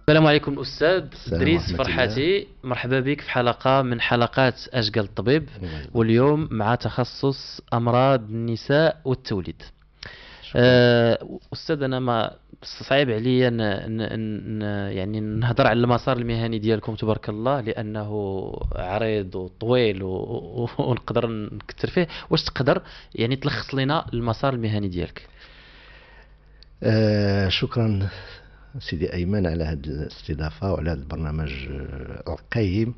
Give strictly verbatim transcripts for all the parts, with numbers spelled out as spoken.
السلام عليكم الأستاذ السلام إدريس ورحمة الله. فرحاتي، مرحبا بك في حلقة من حلقات أشقى الطبيب، الله يبارك واليوم فيك. مع تخصص أمراض النساء والتوليد. شكرا. أه، أستاذ أنا ما صعيب عليا ن... ن... ن... يعني نهضر على المسار المهني ديالكم تبارك الله، لأنه عريض وطويل و... و... ونقدر نكثر فيه. واش تقدر يعني تلخص لنا المسار المهني ديالك؟ آه شكرا سيدي أيمن على هذه الاستضافة وعلى هذا البرنامج آه، القيم،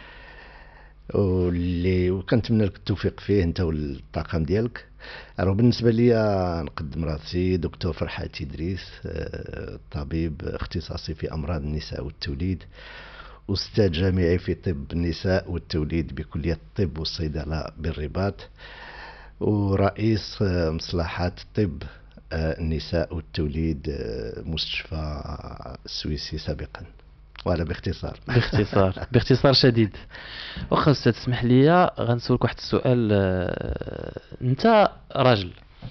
واللي وكنتمنى لك التوفيق فيه أنت والطاقم ديالك. أنا بالنسبة لي نقدم راسي دكتور فرحات إدريس، آه، طبيب اختصاصي في أمراض النساء والتوليد، أستاذ جامعي في طب النساء والتوليد بكلية الطب والصيدلة بالرباط، ورئيس آه، مصلحة طب آه، النساء والتوليد آه، مستشفى السويسي سابقا. وهذا باختصار. باختصار باختصار شديد. واخا استاذ تسمح لي غنسولك واحد السؤال. آه، انت راجل،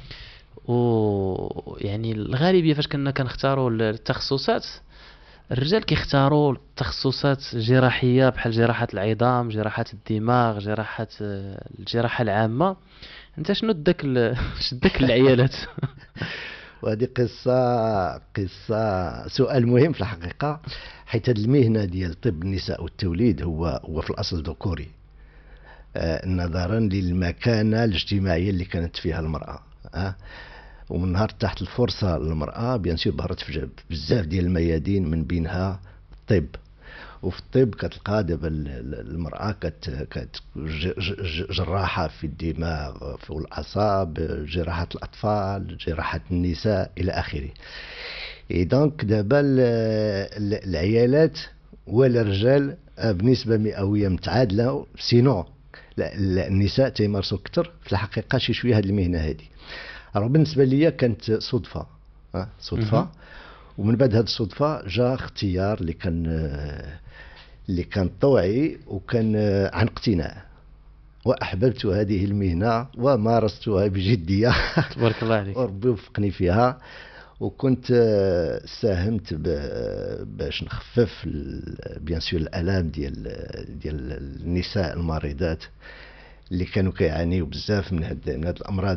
و يعني الغالبيه فاش كنا كنختاروا التخصصات، الرجال كيختاروا التخصصات جراحيه بحال جراحه العظام، جراحه الدماغ، جراحه آه، الجراحه العامه. انت شنو داك ال- شدك العيالات؟ وهذه قصة قصة سؤال مهم في الحقيقة، حيث هذه المهنة ديال طب النساء والتوليد هو هو في الأصل ذكوري، آه، نظرا للمكانة الاجتماعية اللي كانت فيها المرأة. آه، ومن نهار تحت الفرصة للمرأة بيان سور ظهرت في جب- بزاف ديال الميادين، من بينها الطب. وفي الطب كتلقى دابا ال- ال- المرأة كت كت ج- ج- جراحة في الدماغ، في الأعصاب، جراحة الأطفال، جراحة النساء إلى آخره. إي دونك دابا ال- ال- العيالات والرجال آه، بنسبة مئوية متعادلة، سينو لا- لا، النساء تيمارسوا أكثر في الحقيقة شي شوية هذه المهنة هذه. راه بالنسبة لي كانت صدفة، آه، مهم. صدفة. ومن بعد هذه الصدفة جاء اختيار اللي كان آه، اللي كان طوعي وكان آه، عن اقتناع، وأحببت هذه المهنة ومارستها بجدية. تبارك الله عليك. وربي وفقني فيها. وكنت آه، ساهمت ب- باش نخفف ال- بيان سور الآلام ديال ديال النساء المريضات اللي كانوا كيعانيوا بزاف من هاد من هاد الأمراض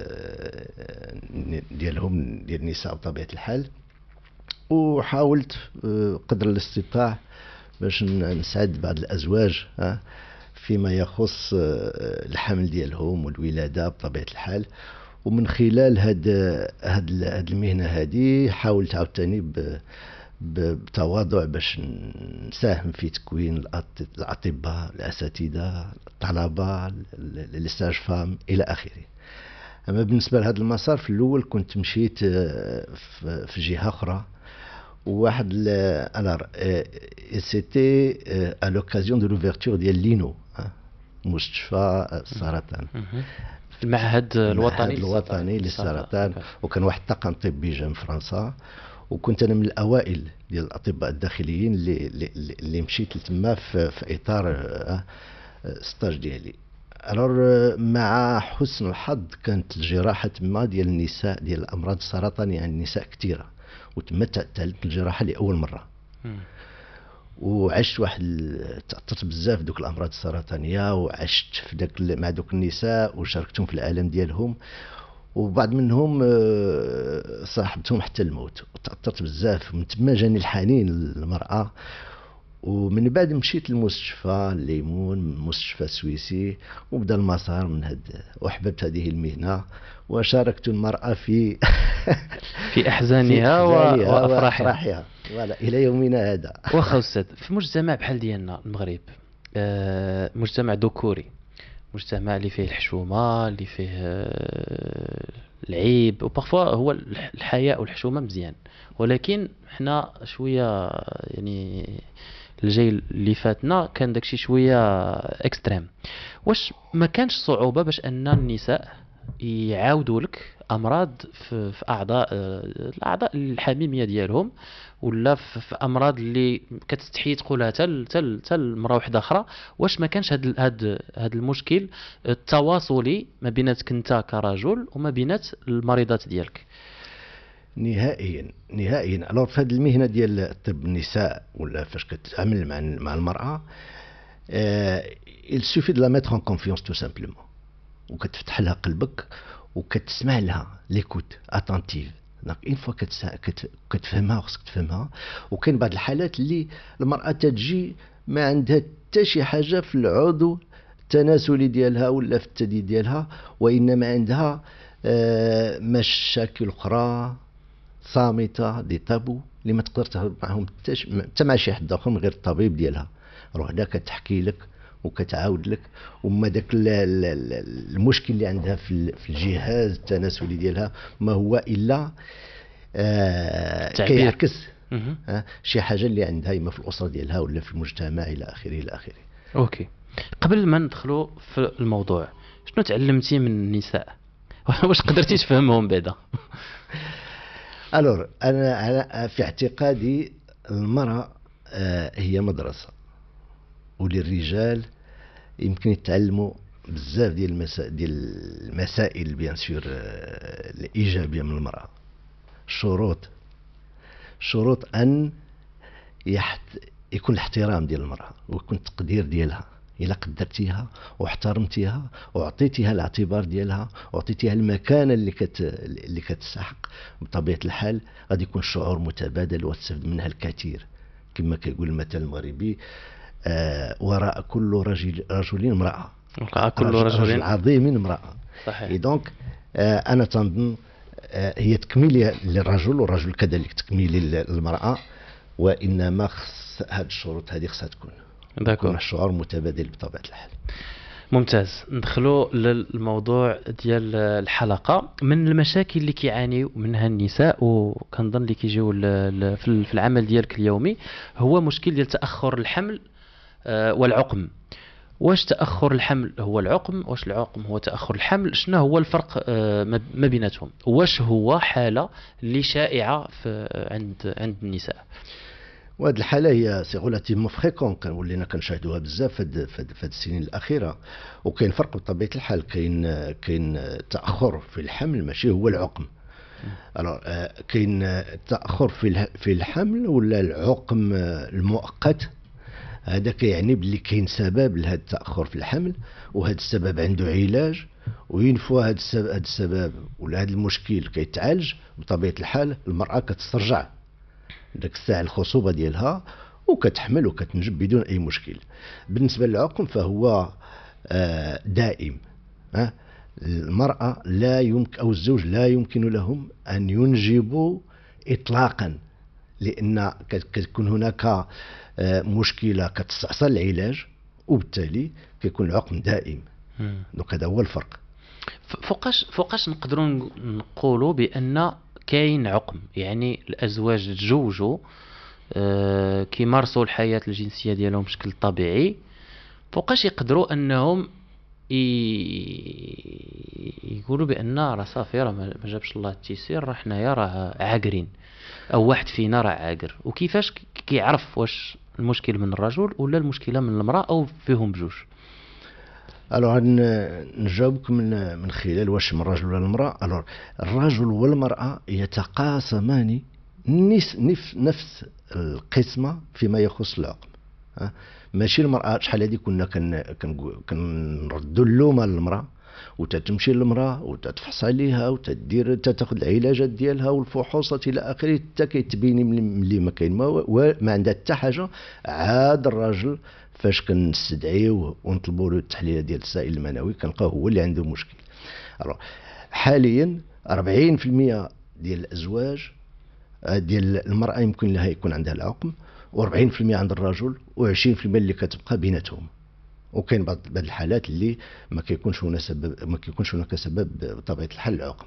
آه، ديالهم ديال النساء بطبيعة الحال. وحاولت آه، قدر الاستطاع باش ن- نساعد بعض الأزواج آه، فيما يخص آه، الحمل ديالهم والولادة بطبيعة الحال. ومن خلال هاد هاد ال- هاد المهنة هذه حاولت عاوتاني ب- ب- بتواضع باش نساهم في تكوين الأط- الأطباء، الأساتذة، الطلبة، ال- ال- لي ساج فام إلى آخره. أما بالنسبة لهذا المسار في الأول كنت مشيت آه، في في جهة أخرى. واحد alors c'était à l'occasion de l'ouverture ديال لينو، آه، مستشفى السرطان، مهم. المعهد الوطني المعهد للسرطان. الوطني للسرطان. للسرطان. أوكي. وكان واحد الطاقم طبي جا من فرنسا، وكنت انا من الاوائل ديال الاطباء الداخليين اللي اللي, اللي مشيت لتما في, في اطار آه، آه، ستاج ديالي. الور مع حسن الحظ كانت الجراحه تما ديال النساء ديال الامراض السرطان، يعني النساء كثيره، وتما تعلمت الجراحه لاول مره. مم. وعشت واحد ال- تاثرت بزاف دوك الامراض السرطانيه، وعشت في داك ال- مع دوك النساء وشاركتهم في العالم ديالهم، وبعض منهم آه، صاحبتهم حتى الموت، وتاثرت بزاف. من تما جاني الحنين للمراه. ومن بعد مشيت للمستشفى الليمون، مستشفى سويسي، وبدا المسار من هاد. واحببت هذه المهنه، وشاركت المراه في في في أحزانها و... احزانها وأفراحها. وافراحها، ولا الى يومنا هذا. واخا أستاذ، في مجتمع بحال ديالنا المغرب، آه، مجتمع ذكوري، مجتمع اللي فيه الحشومة، اللي فيه آه، العيب، وبارفوا هو الح- الحياء والحشومة مزيان، ولكن حنا شوية يعني الجيل اللي فاتنا كان داكشي شوية اكستريم. واش ما كانش صعوبة باش ان النساء يعاودوا لك امراض في, في اعضاء آه، الاعضاء الحميميه ديالهم، ولا في, في امراض اللي كتستحي تقولها حتى حتى حتى لمراه واحده اخرى؟ واش ما كانش هاد ال- هاد هاد المشكل التواصلي ما بيناتك انت كرجل وما بينات المريضات ديالك؟ نهائيا نهائيا. الوغ في هذه المهنه ديال الطب النساء ولا فاش كتعامل مع مع المراه، il suffit de la mettre en confiance tout simplement، وكتفتح لها قلبك وكتسمع لها ليكوت اتانتيف. دونك اون فوا كتفهمها وخصك تفهمها. وكاين بعض الحالات اللي المراه تجي ما عندها حتى شي حاجه في العضو التناسلي ديالها ولا في الثدي ديالها، وانما عندها آه مشاكل اخرى صامته دي طابو اللي ما تقدر تهضر معهم حتى مع شي حد اخر من غير الطبيب ديالها. روح هنا كتحكي لك وكتعاود لك، وما داك المشكل اللي عندها في الجهاز التناسلي ديالها ما هو الا آه كيعكس آه شي حاجه اللي عندها اما في الاسره ديالها ولا في المجتمع الى اخره الى اخره. اوكي، قبل ما ندخلوا في الموضوع، شنو تعلمتي من النساء؟ واش قدرتي تفهمهم بعدا؟ الور انا انا في اعتقادي المراه آه هي مدرسه، وللرجال يمكن يتعلموا بزاف ديال المسائل ديال المسائل بيان سور الايجابيه من المراه. شروط شروط ان يحت يكون الاحترام ديال المراه ويكون التقدير ديالها. الا قدرتيها واحترمتيها وعطيتيها الاعتبار ديالها وعطيتيها المكانه اللي كت اللي كتستحق، بطبيعه الحال غادي يكون الشعور متبادل وتستفد منها الكثير. كما كيقول المثل المغربي آه وراء كل رجل رجل امراه، وراء كل رجل, رجل عظيم امراه. صحيح. دونك آه انا تنظن آه هي تكميل للرجل والرجل كذلك تكميل للمراه، وانما خص هذه الشروط هذه خصها تكون داكور الشعور متبادل بطبيعه الحال. ممتاز. ندخلوا للموضوع ديال الحلقه. من المشاكل اللي كيعانيو منها النساء وكنظن اللي كيجيو في العمل ديالك اليومي هو مشكل ديال تاخر الحمل والعقم. واش تاخر الحمل هو العقم؟ واش العقم هو تاخر الحمل؟ شنو هو الفرق ما بيناتهم؟ واش هو حاله اللي شائعه في عند عند النساء؟ وهذه الحاله هي سي غولاتيفمون فريكون، كنولينا كنشاهدوها بزاف في هذه السنين الاخيره. وكاين فرق بطبيعه الحال، كاين كاين تاخر في الحمل ماشي هو العقم. الوغ كاين تاخر في في الحمل ولا العقم المؤقت، هذا كيعني باللي كاين سبب لهذا التاخر في الحمل، وهذا السبب عنده علاج، وينفوا هذا السبب هذا السبب ولا هذا المشكل كيتعالج بطبيعه الحال المراه كتسترجع داك الساعه الخصوبه ديالها وكتحمل وكتنجب بدون اي مشكل. بالنسبه للعقم فهو آه دائم. آه المراه لا يمكن او الزوج لا يمكن لهم ان ينجبوا اطلاقا، لان كتكون هناك آه مشكله كتستعصى العلاج، وبالتالي كيكون العقم دائم. دونك هذا هو الفرق. فوقاش فوقاش نقدروا نقولوا بان كاين عقم؟ يعني الازواج تزوجوا أه كيمارسوا الحياه الجنسيه ديالهم بشكل طبيعي، فوقاش يقدروا انهم يقولوا بان راه صافي راه ما جابش الله التيسير، راه حنايا راه عاقرين او واحد فينا راه عاقر؟ وكيفاش كيعرف واش المشكل من الرجل ولا المشكله من المراه او فيهم بجوج؟ الوغ نجاوبك من من خلال واش من الرجل ولا المراه. الوغ الرجل والمراه يتقاسمان نفس القسمه فيما يخص العقم. ماشي المراه. شحال هذه كنا كنردوا اللومه للمراه وتتمشي للمراه وتتفحص عليها وتدير تاخذ العلاجات ديالها والفحوصات الى اخره حتى كيتبين ملي ما كاين ما عندها حتى حاجه. عاد الراجل فاش كنستدعيوه ونطلبوا له التحليل ديال السائل المنوي كنلقاو هو اللي عنده مشكل. حاليا أربعين بالمئة ديال الازواج ديال المراه يمكن لها يكون عندها العقم، وأربعين بالمئة عند الرجل، وعشرين بالمئة اللي كتبقى بيناتهم. وكاين بعض الحالات اللي ما كيكونش هناك سبب ما كيكونش هناك سبب بطبيعه الحال العقم.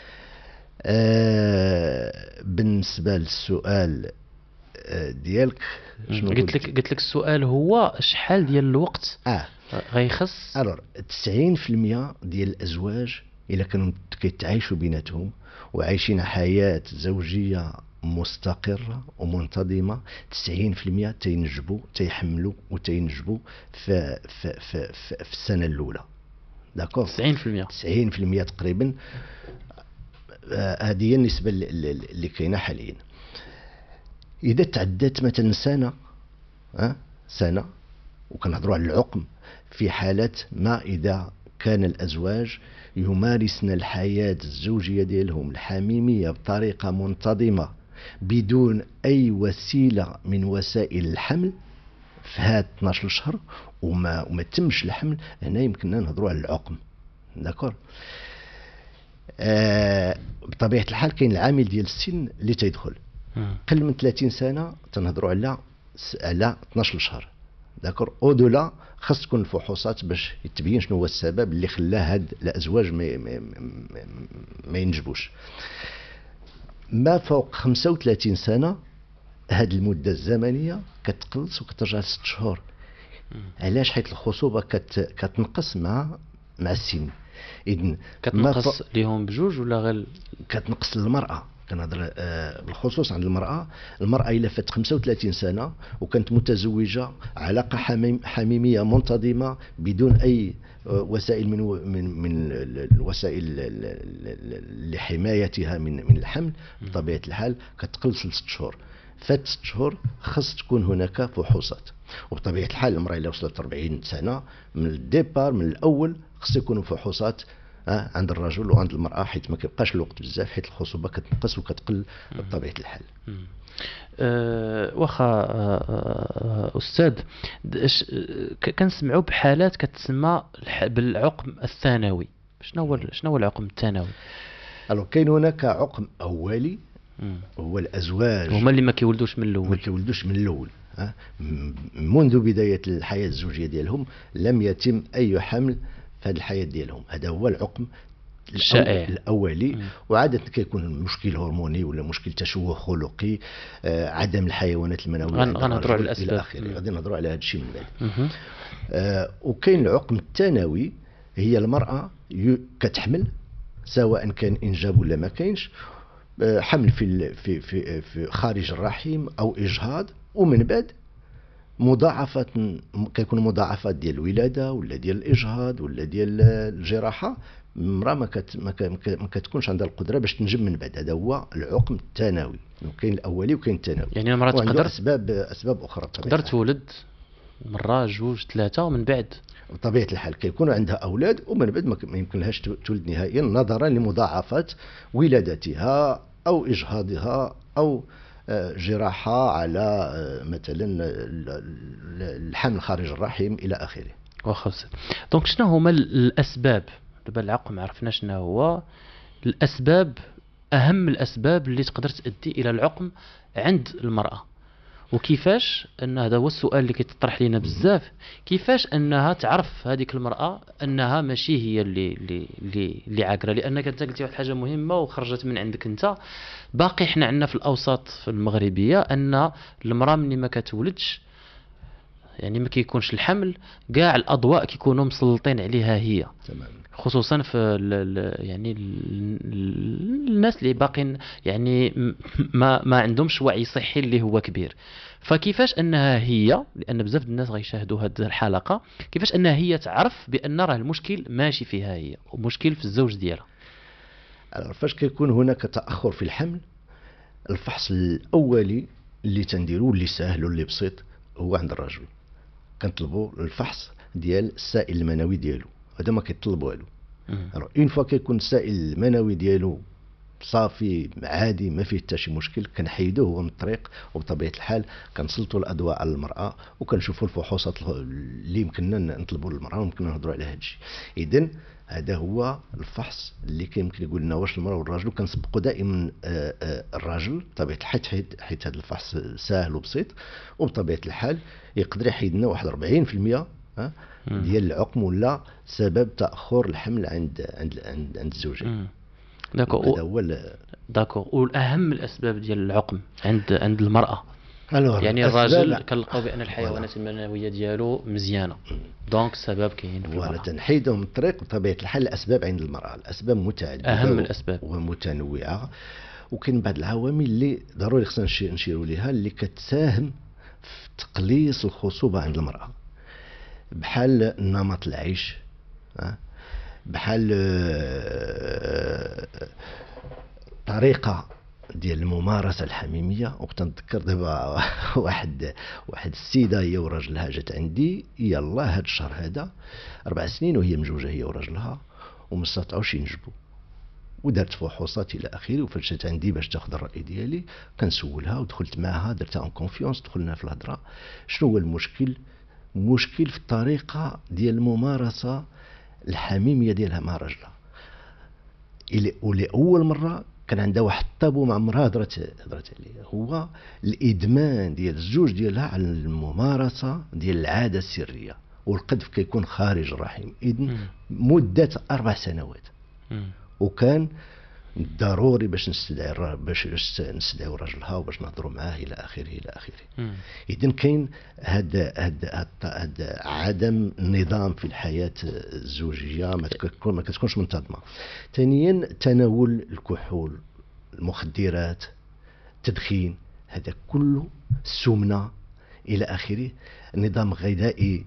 آه بالنسبه للسؤال ديالك شنو قلت لك؟ قلت لك السؤال هو شحال ديال الوقت اه غيخص. الور تسعين بالمئة ديال الازواج الا كانوا كيتعايشوا بيناتهم وعايشين حياه زوجيه مستقره ومنتظمه، تسعين بالمئة تينجبوا تيحملوا وتينجبوا في في في في, في السنه الاولى. داكور؟ تسعين بالمئة تسعين بالمئة تقريبا هذه هي النسبة اللي اللي كاينة حاليا. إذا تعدت مثلا سنة، أه؟ سنة، وكنهضروا على العقم في حالة ما إذا كان الأزواج يمارسن الحياة الزوجية ديالهم الحميمية بطريقة منتظمة بدون أي وسيلة من وسائل الحمل في هاد اثناش شهر وما وما تمش الحمل، هنا يمكننا نهضروا على العقم. داكور. آه بطبيعة الحال كاين العامل ديال السن اللي تيدخل. قل من ثلاثين سنة تنهضروا على على اثناش شهر. داكور. اودولا خاص تكون الفحوصات باش يتبين شنو هو السبب اللي خلى هاد الازواج ما ما, ما ينجبوش. ما فوق خمسة وثلاثين سنة هاد المدة الزمنية كتقلص وكترجع لست شهور. علاش؟ حيت الخصوبة كت كتنقص مع مع السن. إذن كتنقص ليهم بجوج ولا غير كتنقص للمرأة؟ كنهضر آه بالخصوص عن المرأة. المرأة إلا فات خمسة وثلاثين سنة وكانت متزوجة علاقة حميم حميمية منتظمة بدون أي وسائل من من من الوسائل لحمايتها من من الحمل، بطبيعة الحال كتقلص لست شهور. فات ست شهور خص تكون هناك فحوصات. وبطبيعة الحال المرأة إلا وصلت أربعين سنة من الديبار من الأول خص يكونوا فحوصات آه عند الرجل وعند المرأة، حيت ما كيبقاش الوقت بزاف، حيت الخصوبة كتنقص وكتقل بطبيعة الحال. أه واخا أه أستاذ، كنسمعوا بحالات كتسمى بالعقم الثانوي. شنو هو شنو هو العقم الثانوي؟ الو كاين هناك عقم أولي هو الأزواج هما اللي ما كيولدوش من الأول. ما كيولدوش من الأول. أه؟ منذ بداية الحياة الزوجية ديالهم لم يتم أي حمل في هذه الحياة ديالهم. هذا هو العقم الشائع الأولي. مم. وعادة كيكون مشكل هرموني ولا مشكل تشوه خلقي، آه عدم الحيوانات المنوية غنهضروا على الأسباب إلى آخره. غادي نهضروا على هذا الشيء من بعد. آه وكاين العقم الثانوي، هي المرأة كتحمل سواء كان إنجاب ولا ما كاينش، آه حمل في في في في خارج الرحم أو إجهاض، ومن بعد مضاعفات كيكون مضاعفات ديال الولادة ولا ديال الإجهاض ولا ديال الجراحة. المرأة ما, كت ما, ما كتكونش عندها القدرة باش تنجب من بعد. هذا هو العقم الثانوي. كاين الأولي وكاين الثانوي. يعني المرأة تقدر أسباب أسباب أخرى تقدر تولد مرة جوج ثلاثة ومن بعد بطبيعة الحال كيكون عندها أولاد ومن بعد ما يمكنلهاش تولد نهائيا نظرا لمضاعفات ولادتها أو إجهاضها أو جراحة على مثلا الحمل خارج الرحم إلى آخره. واخا. دونك شنو هما الأسباب؟ دابا العقم عرفنا شنو هو الأسباب، أهم الأسباب اللي تقدر تؤدي إلى العقم عند المرأة، وكيفاش أن هذا هو السؤال اللي كيتطرح لنا بزاف، كيفاش أنها تعرف هذيك المرأة أنها ماشي هي اللي اللي اللي, اللي عاقرة؟ لأنك أنت قلتي واحد الحاجة مهمة وخرجت من عندك أنت. باقي حنا عندنا في الأوساط في المغربية أن المرأة مني ما كتولدش، يعني ما كيكونش الحمل، كاع الأضواء كيكونوا مسلطين عليها هي. تمام. خصوصا في ال ال يعني ال الناس اللي باقين يعني ما ما عندهمش وعي صحي اللي هو كبير. فكيفاش انها هي، لان بزاف الناس غيشاهدوا هذه الحلقه، كيفاش انها هي تعرف بان راه المشكل ماشي فيها هي ومشكل في الزوج ديالها؟ فاش كيكون هناك تاخر في الحمل، الفحص الاولي اللي تنديرو اللي سهل واللي بسيط هو عند الرجل. كنطلبوا الفحص ديال السائل المنوي ديالو، هذا ما كيطلب والو. اون فوا كيكون السائل المنوي ديالو صافي عادي ما فيه حتى شي مشكل، كنحيدوه هو من الطريق، وبطبيعه الحال كنسلطوا الاضواء على المراه وكنشوفوا الفحوصات اللي يمكننا نطلبوا للمراه ويمكننا نهضروا على هذا الشيء. اذا هذا هو الفحص اللي كيمكن يقول لنا واش المراه والراجل، وكنسبقوا دائما الراجل بطبيعه الحال، حيت حيت هذا الفحص سهل وبسيط، وبطبيعه الحال يقدر يحيد لنا واحد أربعين بالمئة ديال العقم ولا سبب تاخر الحمل عند عند عند, عند الزوجين. داكو هذا هو داكو. والاهم الاسباب ديال العقم عند عند المراه، يعني الأسباب... الراجل كنلقاو بان الحيوانات المنويه ديالو مزيانه، دونك السبب كاين في ولا تنحيدهم من الطريق. بطبيعه الحال الاسباب عند المراه الاسباب متعدده اهم الاسباب ومتنوعه، وكاين بعض العوامل اللي ضروري خصنا نشيروا لها اللي كتساهم في تقليص الخصوبه عند المراه، بحال نمط العيش، بحال الطريقه ديال الممارسه الحميميه. وكنتذكر دابا واحد واحد السيده هي وراجلها جات عندي يلاه هاد الشهر هذا اربع سنين وهي مجوجه هي وراجلها وما استطاعوش ينجبوا، ودارت فحوصات الى اخره. وفاش جات عندي باش تاخذ الراي ديالي كنسولها ودخلت معها درتها اون كونفيونس، دخلنا في الهضره. شنو هو المشكل؟ مشكل في الطريقه ديال الممارسه الحميميه ديالها مع راجلها. ولاول مره كان عندها واحد الطابو ما عمرها هضرت هضرت عليه، هو الادمان ديال الزوج ديالها على الممارسه ديال العاده السريه. والقذف كيكون خارج الرحم اذن مده اربع سنوات. وكان ضروري باش نستدعي باش نستدعيو راجلها وباش نهضروا معاه الى اخره الى اخره. اذن كاين هذا هذا هذا عدم نظام في الحياه الزوجيه، ما تكون ما كتكونش منتظمه. ثانيا تناول الكحول، المخدرات، التدخين، هذا كله، السمنه الى اخره، النظام الغذائي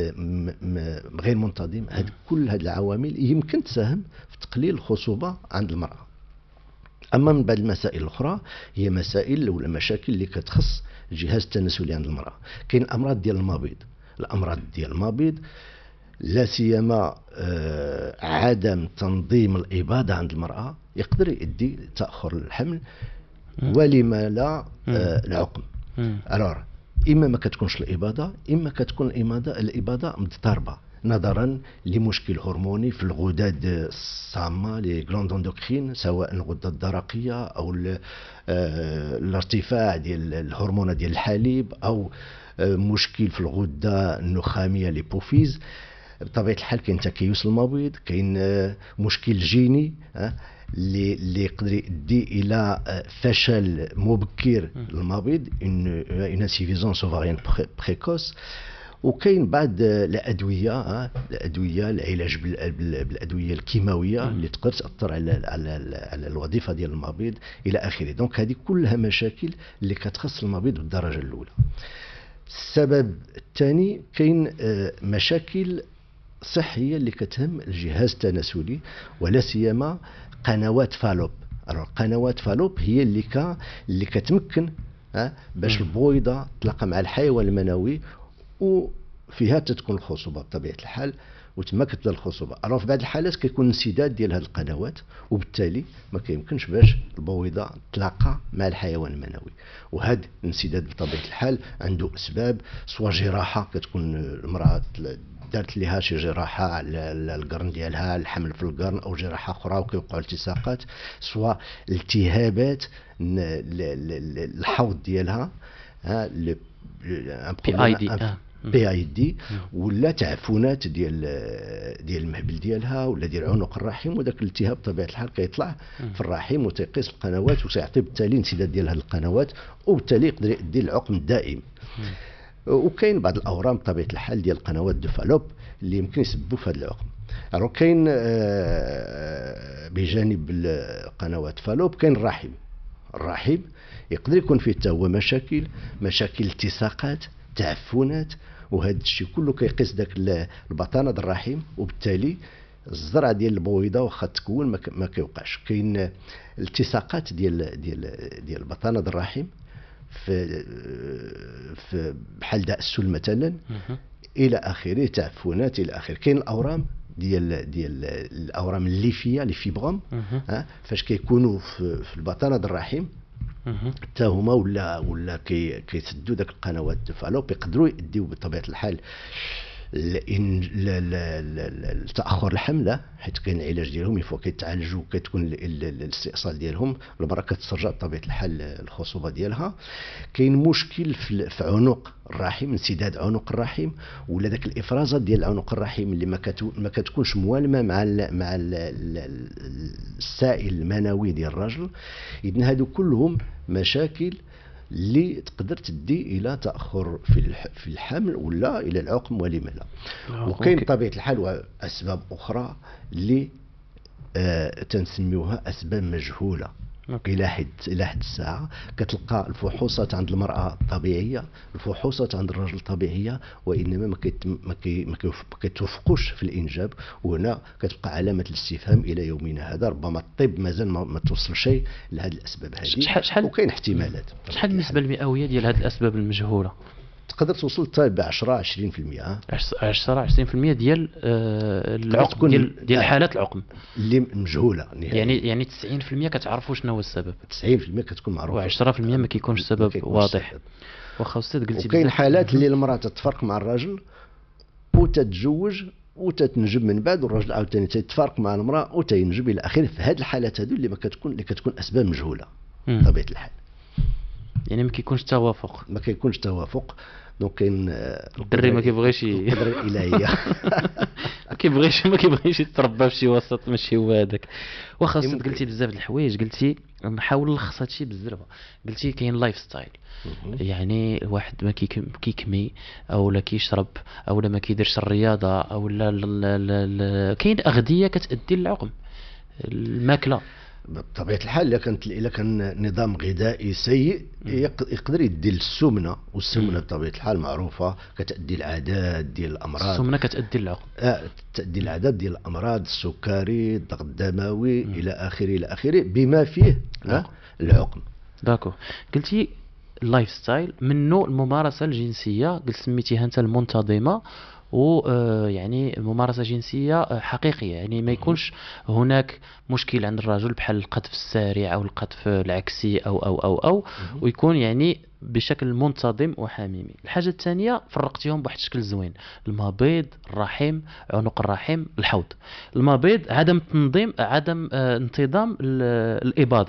غير منتظم. هاد كل هاد العوامل يمكن تساهم في تقليل الخصوبه عند المراه. اما من بعد المسائل الاخرى هي مسائل ولا مشاكل اللي كتخص الجهاز التناسلي عند المراه. كاين الامراض ديال المبيض، الامراض ديال المبيض لا سيما آه عدم تنظيم الاباضه عند المراه يقدر يؤدي لتاخر الحمل ولما لا آه العقم. الوغ اما ما كتكونش الاباضه، اما كتكون الاباضه الاباضه مضطربه نظرا لمشكل هرموني في الغدد الصامه لي غلاند اندوكرين، سواء الغده الدرقيه او الارتفاع ديال الهرمون ديال الحليب، او مشكل في الغده النخاميه ليبوفيز. بطبيعه الحال كاين تكيس المبيض، كاين مشكل جيني اللي اللي يقدر يؤدي الى فشل مبكر للمبيض، اون انسيفيزونس اوفاريان بريكوس. وكاين بعض الادويه الادويه العلاج بالادويه الكيماويه اللي تقدر تاثر على على على الوظيفه ديال المبيض الى اخره. دونك هذه كلها مشاكل اللي كتخص المبيض بالدرجه الاولى. السبب الثاني كاين مشاكل صحيه اللي كتهم الجهاز التناسلي ولا سيما قنوات فالوب. قنوات فالوب هي اللي ك اللي كتمكن باش البويضه تلاقى مع الحيوان المنوي وفيها تتكون الخصوبه بطبيعه الحال، وتما كتبدا الخصوبه. الوغ في بعض الحالات كيكون انسداد ديال هذه القنوات وبالتالي ما كيمكنش باش البويضه تلاقى مع الحيوان المنوي. وهذا الانسداد بطبيعه الحال عنده اسباب، سواء جراحه كتكون المراه دارت لها شي جراحه على القرن ديالها، الحمل في القرن، او جراحه اخرى وكيوقعوا التصاقات، سواء التهابات الحوض ديالها بي اي دي بي اي دي ولا تعفنات ديال ديال المهبل ديالها ولا ديال عنق الرحم. وذاك الالتهاب بطبيعه الحال كيطلع في الرحم وتيقيس القنوات وسيعطي بالتالي انسداد ديال هذه القنوات، وبالتالي يقدر يؤدي للعقم الدائم. وكاين بعض الاورام بطبيعه الحال ديال القنوات دو فالوب اللي يمكن يسببوا في هذا العقم. الو كاين بجانب القنوات فالوب كاين الرحم. الرحم يقدر يكون فيه حتى هو مشاكل مشاكل التصاقات، تعفنات، وهذا الشيء كله كيقيس داك البطانه ديال الرحم، وبالتالي الزرع ديال البويضه واخا تكون ما كيوقعش. كاين التصاقات ديال ديال ديال البطانه ديال الرحم في في بحال داء السل مثلا الى اخره، تعفنات الى اخره. كاين الاورام ديال ديال الاورام الليفيه لي فيبروم فاش كيكونوا في, في البطانه ديال الرحم حتى هما ولا ولا كي كيسدوا داك القنوات فالوب يقدروا يديو بطبيعه الحال التاخر الحمله، حيت كاين العلاج ديالهم يفوا كيتعالجوا كتكون الاستئصال ديالهم المراه كترجع بطبيعه الحال الخصوبه ديالها. كاين مشكل في عنق الرحم، انسداد عنق الرحم ولا داك الافرازات ديال عنق الرحم اللي ما ما كتكونش موالمه مع ال مع ال السائل المنوي ديال الرجل. اذن هادو كلهم مشاكل اللي تقدر تدي الى تاخر في في الحمل ولا الى العقم ولما لا. وكاين بطبيعه الحال اسباب اخرى اللي آه تنسميوها اسباب مجهوله. أوكي. الى حد الى حد الساعه كتلقى الفحوصات عند المراه طبيعيه، الفحوصات عند الرجل طبيعيه، وانما ما كيت ما كي ما كيتوفقوش في الانجاب. وهنا كتبقى علامه الاستفهام الى يومنا هذا. ربما الطب مازال ما, ما توصل شيء لهذه الاسباب هذه، شحال شحال وكاين احتمالات. شحال النسبه المئويه ديال هذه الاسباب المجهوله؟ تقدر توصل حتى ب عشرة عشرين في المية. عشرة عشرين في المية ديال آه العقم، ديال ديال حالات العقم اللي مجهوله نهائيا. يعني يعني تسعين في المية كتعرفوا شنو هو السبب، تسعين في المية كتكون معروفه، و10% ما كيكونش السبب واضح. واخا استاذ قلتي وكاين حالات اللي المراه تتفرق مع الراجل وتتزوج وتتنجب من بعد، والراجل عاوتاني تيتفارق مع المراه وتينجب الى اخره. في هذه الحالات هذو اللي ما كتكون اللي كتكون اسباب مجهوله بطبيعه الحال. يعني ما كيكونش توافق، ما كيكونش توافق. دونك كاين الدري ما كيبغيش القدره الالهيه ما كيبغيش ما كيبغيش يتربى في شي وسط ماشي هو هذاك. واخا استاذ قلتي بزاف د الحوايج، قلتي نحاول نلخص هادشي بالزربه. قلتي كاين لايف ستايل، يعني الواحد ما كيكمي او لا كيشرب او لا ما كيديرش الرياضه او لا كاين اغذيه كتادي للعقم، الماكله بطبيعه الحال. الا كانت الا كان نظام غذائي سيء يقدر يدي للسمنه، والسمنه بطبيعه الحال معروفه كتادي العادات ديال الامراض. السمنه كتادي للعقم، اه تادي العادات ديال الامراض، السكري، الضغط الدموي الى اخره الى اخره، بما فيه آه العقم. داكو. قلتي اللايف ستايل منه الممارسه الجنسيه، قلت سميتيها انت المنتظمه، و يعني ممارسه جنسيه حقيقيه، يعني ما يكونش هناك مشكل عند الرجل بحال القذف السريع او القذف العكسي او او او او ويكون يعني بشكل منتظم وحميمي. الحاجه الثانيه فرقتيهم بواحد الشكل زوين، المبيض، الرحم، عنق الرحم، الحوض. المبيض عدم تنظيم عدم آه انتظام الاباضه.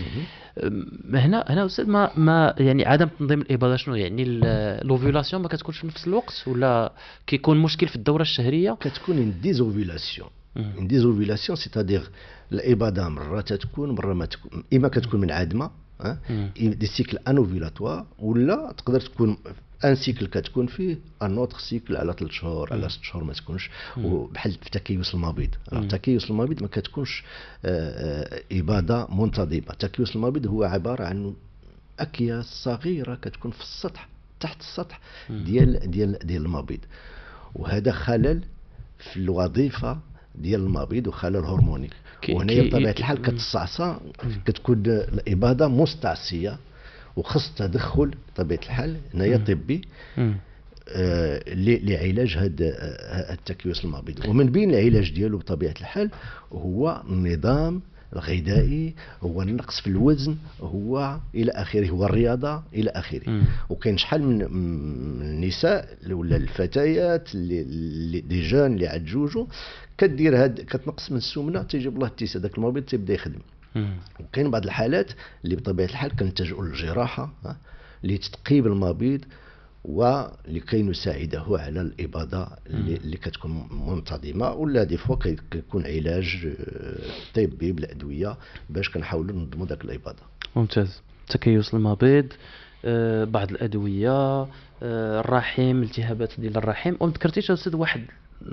هنا هنا استاذ ما ما يعني عدم تنظيم الاباضه شنو يعني؟ الاوفيلاسيون ما كتكونش في نفس الوقت ولا كيكون مشكل في الدوره الشهريه؟ كتكون ان ديزوفيلاسيون. ان ديزوفيلاسيون سيتادير الاباضه مره تتكون مره ما تكون، اما كتكون منعدمه ها دي سيكل انوفيلاتوار، ولا تقدر تكون ان سيكل كتكون فيه ان اوتر سيكل على ثلاث شهور على ست شهور ما تكونش. وبحال في تكيس المبيض، تكيس المبيض ما كتكونش اباضه منتظمه. تكيس المبيض هو عباره عن اكياس صغيره كتكون في السطح تحت السطح ديال ديال ديال المبيض، وهذا خلل في الوظيفه ديال المبيض وخلل هرموني. وهنا بطبيعه الحال كتصعصع، كتكون الاباضه مستعصيه وخص تدخل بطبيعه الحال هنايا طبي آه لعلاج هذا التكيس المبيض. ومن بين العلاج ديالو بطبيعه الحال هو النظام الغذائي، هو النقص في الوزن، هو الى اخره، هو الرياضه الى اخره. وكاين شحال من النساء ولا الفتيات اللي دي جون اللي عتجوجوا كدير هاد كتنقص من السمنه تيجيب الله التيس هذاك المبيض تيبدا يخدم. وكاين بعض الحالات اللي بطبيعه الحال كنتجئوا للجراحه لتثقيب المبيض ولكي نساعده على الاباضه اللي, اللي كتكون منتظمه، ولا دي فوا كيكون علاج طبي بالادويه باش كنحاولوا ننظموا ذاك الاباضه. ممتاز. تكيس المبيض، آه، بعض الادويه، آه، الرحم، التهابات ديال الرحم. وذكرتيش استاذ واحد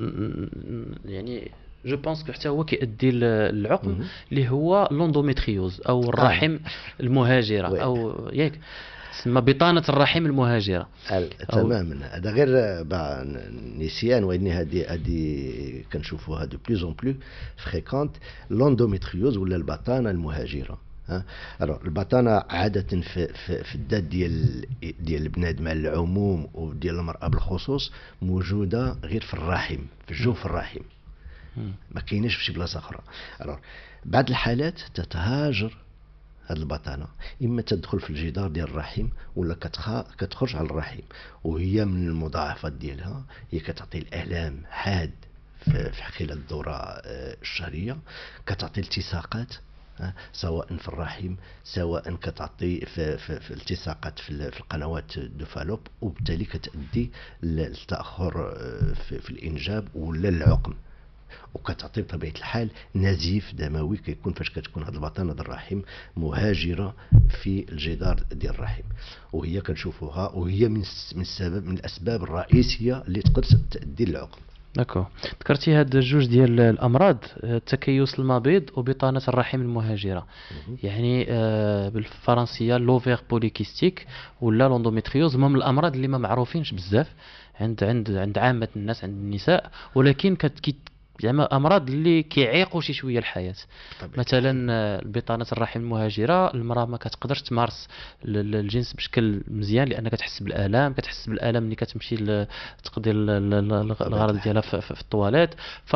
يعني جو بونس حتى هو كيؤدي للعقم اللي هو لوندوميتريوز او الرحم آه. المهاجره او ياك تسمى بطانه الرحم المهاجره. تماما. هذا غير نسيان، وان هذه هذه كنشوفوها دو بلوز اون بلو فريكونت، لوندوميتريوز ولا البطانه المهاجره. ها البطانه عاده في, في, في الذات ديال ديال البنادم على العموم وديال المراه بالخصوص موجوده غير في الرحم، في الجوف الرحم، ما كايناش في شي بلاصه اخرى. الوغ بعض الحالات تتهاجر هذه البطانه، اما تدخل في الجدار ديال الرحم ولا كتخرج على الرحم، وهي من المضاعفات ديالها هي كتعطي الالام حاد في خلال الدوره الشهريه، كتعطي التصاقات سواء في الرحم سواء كتعطي في, في, في التصاقات في, في القنوات دو فالوب، وبالتالي كتؤدي للتاخر في, في الانجاب ولا العقم، وكتعطي بطبيعه الحال نزيف دموي كيكون فاش كتكون هذه البطانه ديال الرحم مهاجره في الجدار ديال الرحم. وهي كنشوفوها وهي من من السبب من الاسباب الرئيسيه اللي تقدر تؤدي للعقم. داكو. ذكرتي هاد الجوج ديال الامراض، آه، تكيس المبيض وبطانه الرحم المهاجره. مهم. يعني آه، بالفرنسيه لوفير بوليكيستيك ولا لوندوميتريوز، هما من الامراض اللي ما معروفينش بزاف عند عند عند عامه الناس، عند النساء، ولكن كت كي- زعما امراض اللي كيعيقوا شي شويه الحياه. بطبيعة الحال. مثلا آه، بطانه الرحم المهاجره، المراه ما كتقدرش تمارس ال- ال- الجنس بشكل مزيان، لان كتحس بالالام، كتحس بالالم ملي كتمشي ل- تقضي ال- ال- ال- بطبيعة الغرض الحال. ديالها في, في, في الطواليت. ف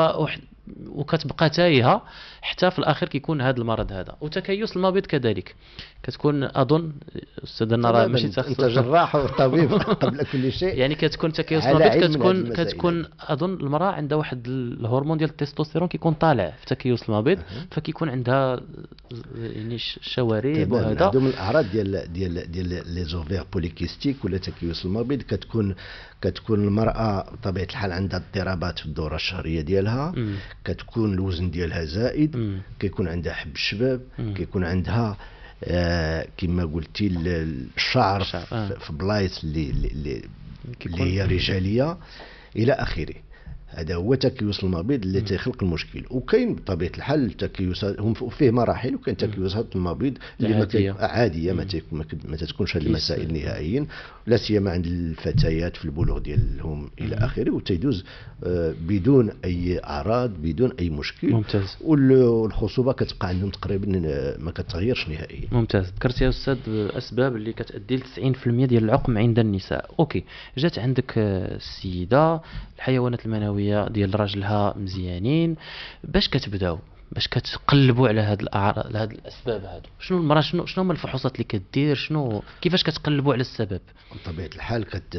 وكتبقى تايهه حتى في الاخر كيكون هذا المرض هذا. وتكيس المبيض كذلك كتكون اظن استاذنا راه تماما، ماشي انت تخص أنت جراح وطبيب قبل كل شيء، يعني كتكون تكيس على المبيض، علم من هذه كتكون المسائل كتكون هذه. اظن المراه عندها واحد الهرمون ديال التستوستيرون كيكون طالع في تكيس المبيض، أها. فكيكون عندها يعني ش- شوارب تماما، وهذا. هادو من الاعراض ديال ديال ديال لي زوفير بوليكيستيك ولا تكيس المبيض. كتكون كتكون المراه بطبيعه الحال عندها اضطرابات في الدوره الشهريه ديالها، مم. كتكون الوزن ديالها زائد، مم. كيكون عندها حب الشباب، مم. كيكون عندها آه كما قلتي ال- الشعر الشعر، آه. في في بلايص اللي اللي اللي كيكون- اللي هي رجاليه الى اخره. هذا هو تكيس المبيض اللي تيخلق المشكل. وكاين بطبيعه الحال تكيسات هم فيه مراحل، وكاين تكيسات المبيض اللي ما كي- العادية. عاديه، ما مم. تيك- ما كت- ما تتكونش هذه كيس- المسائل نهائيا، لا سيما عند الفتيات في البلوغ ديالهم الى مم. اخره، وتيدوز آه، بدون اي اعراض، بدون اي مشكل. ممتاز. وال- والخصوبه كتبقى عندهم تقريبا آه، ما كتغيرش نهائيا. ممتاز. ذكرت يا استاذ الاسباب اللي كتؤدي ل تسعين بالمئة ديال العقم عند النساء. اوكي، جات عندك آه، السيده، الحيوانات المنويه ديال راجلها مزيانين، باش كتبداو باش كتقلبوا على هاد الاعراض، على هاد الاسباب هادو؟ شنو المراه، شنو شنو هما الفحوصات اللي كدير، شنو كيفاش كتقلبوا على السبب؟ بطبيعة الحال كت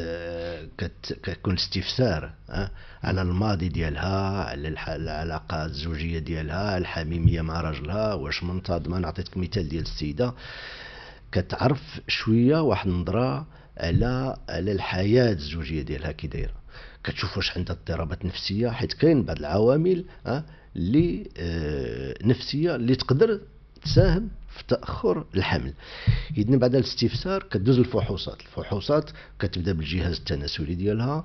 كت كتكون استفسار أه؟ على الماضي ديالها، على الح- العلاقة الزوجية ديالها، الحميمية مع راجلها، واش منتظمة. نعطيك مثال ديال السيدة كتعرف شوية واحد النظرة على على الحياة الزوجية ديالها كي دايرة، كتشوف واش عندها اضطرابات نفسية، حيت كاين بعض العوامل أه؟ اللي آه نفسية اللي تقدر تساهم في تأخر الحمل. إذن بعد الاستفسار كدوز الفحوصات. الفحوصات كتبدا بالجهاز التناسلي ديالها،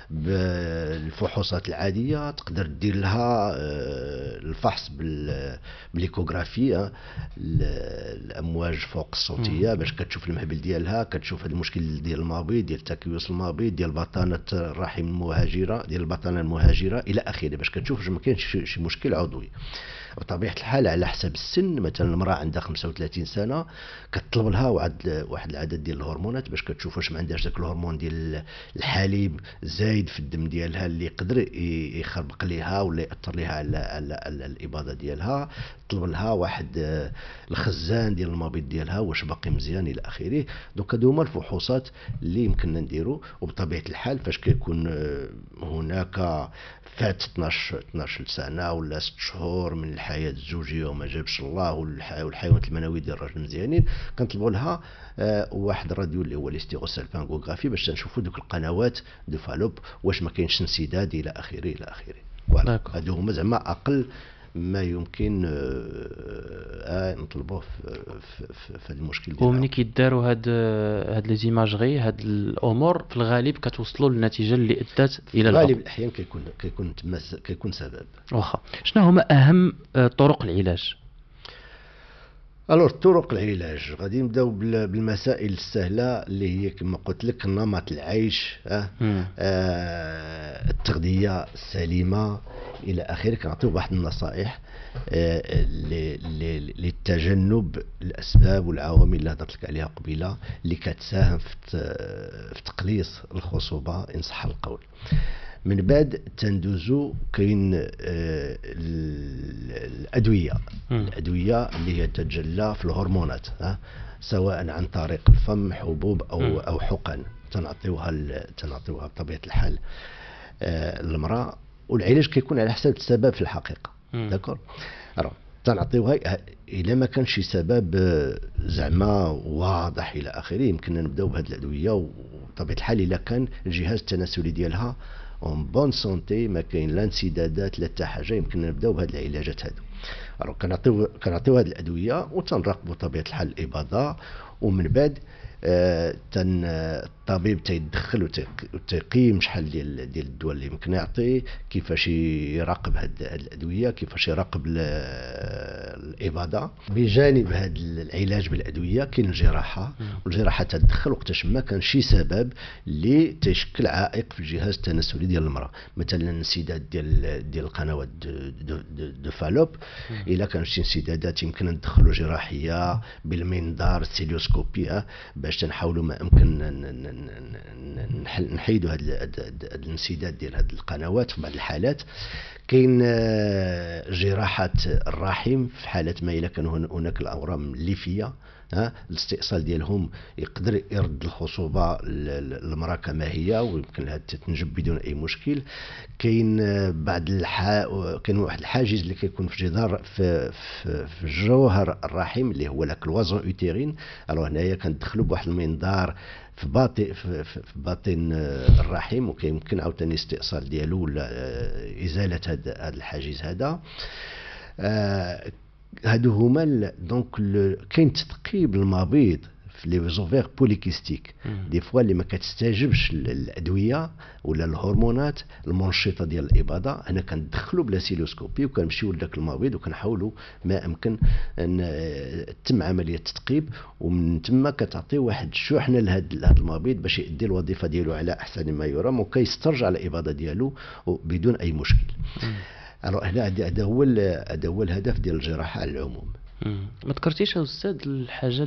بالفحوصات العادية تقدر دير لها آه، الفحص بال- بالإيكوغرافي، آه، ال- الأمواج فوق الصوتية، باش كتشوف المهبل ديالها، كتشوف هذا المشكل ديال المبيض، ديال تكيس المبيض، ديال بطانة الرحم المهاجرة، ديال البطانة المهاجرة إلى آخره، باش كتشوف واش ما كاينش شي شي مشكل عضوي. بطبيعة الحال على حسب السن، مثلا المرأة عندها خمسة وثلاثين سنة كتطلب لها واحد واحد العدد ديال الهرمونات باش كتشوف واش ما عندهاش داك الهرمون ديال الحليب زايد في الدم ديالها اللي يقدر ي- يخربق ليها ولا ياثر ليها على على, على الاباضه ديالها. طلب لها واحد آه، الخزان ديال المبيض ديالها واش باقي مزيان الى اخره. دونك هادو هما الفحوصات اللي يمكننا نديرو. وبطبيعه الحال فاش كيكون آه، هناك فات اثناش اثناش سنه ولا ست شهور من الحياه الزوجيه وما جابش الله، والح- والحيوانات المنويه ديال الراجل مزيانين، كنطلبوا لها آه، واحد الراديو اللي هو الاستيغوسالبانغوغرافي باش تنشوفوا دوك القنوات دو فالوب واش ما كاينش انسداد الى اخره الى اخره. فوالا داكور. هادو هما زعما اقل ما يمكن آه، آه نطلبوه في, في, في, في المشكل ديال ومني العقم. كيداروا هاد هاد لي زيماجري، هاد الامور في الغالب كتوصلوا للنتيجه اللي ادت الى غالب العقم. الاحيان كيكون كيكون تما س- كيكون سبب. واخا، شنو هما اهم آه، طرق العلاج؟ الور طرق العلاج غادي نبداو بال- بالمسائل السهله اللي هي كما قلت لك نمط العيش، آه مم. آه التغذيه السليمه الى اخره. كنعطيو واحد النصائح آه ل- ل- للتجنب الاسباب والعوامل اللي هضرت لك عليها قبيله اللي كتساهم في ت- في تقليص الخصوبه ان صح القول. من بعد تندوزو كاين آه، ال- الادويه مم. الادويه اللي هي تتجلى في الهرمونات، ها، سواء عن طريق الفم حبوب او مم. او حقن تنعطيوها ال- تنعطيوها بطبيعه الحال آه، للمراه. والعلاج كيكون على حسب السبب في الحقيقه. مم. داكور، راه تنعطيوها الا ما كانش شي سبب آه، زعما واضح الى اخره، يمكننا نبداو بهذه الادويه. وبطبيعه الحال الا كان الجهاز التناسلي ديالها اون بون سونتي، ما كاين لا انسدادات لا حتى حاجه، يمكننا نبداو بهذه العلاجات هادو. الوغ كنعطيو كنعطيو هذه الادويه وتنراقبوا بطبيعه الحال الاباضه. ومن بعد آه تن الطبيب تيدخل وتيقيم شحال ديال ديال الدواء اللي يمكن يعطيه، كيفاش يراقب هاد الادويه، كيفاش يراقب الاباضه. بجانب هذا العلاج بالادويه كاين الجراحه، والجراحه تدخل وقتاش ما كان شي سبب اللي تيشكل عائق في الجهاز التناسلي ديال المراه، مثلا انسداد ديال ديال القنوات دو, دو, دو فالوب. الا كان شي انسدادات يمكن ندخلوا جراحيه بالمنظار السيليوسكوبي باش تنحاولوا ما امكن نحيدوا هذا الانسداد ديال هذه القنوات. في بعض الحالات كاين جراحه الرحم في حاله ما الا كان هناك الاورام الليفيه، ها الاستئصال ديالهم يقدر يرد الخصوبه للمراه كما هي ويمكن لها تنجب بدون اي مشكل. كاين بعض الح... كاين واحد الحاجز اللي كيكون في جدار في في, في جوهر الرحم اللي هو لاك الوازون اوتيرين. الو هنايا كندخلوا بواحد المنظار في باطن في, في باطن الرحم، وكيمكن عاوتاني استئصال ديالو ولا ازاله هذا الحاجز هذا. آه هادو هما دونك كاين تثقيب المبيض في لي زوفير بوليكيستيك دي فوا اللي ما كتستجبش الادويه ولا الهرمونات المنشطه ديال الاباضه. انا كندخلوا بلا سيلوسكوبي وكنمشيو لذاك المبيض وكنحاولوا ما امكن ان تتم عمليه التثقيب، ومن ثم كتعطي واحد الشحنه لهذا المبيض باش يؤدي الوظيفه ديالو على احسن ما يرام وكيسترجع الاباضه ديالو بدون اي مشكل. الو هنا هذا هو هذا هو الهدف ديال الجراحه على العموم. ما ذكرتيش استاذ الحاجه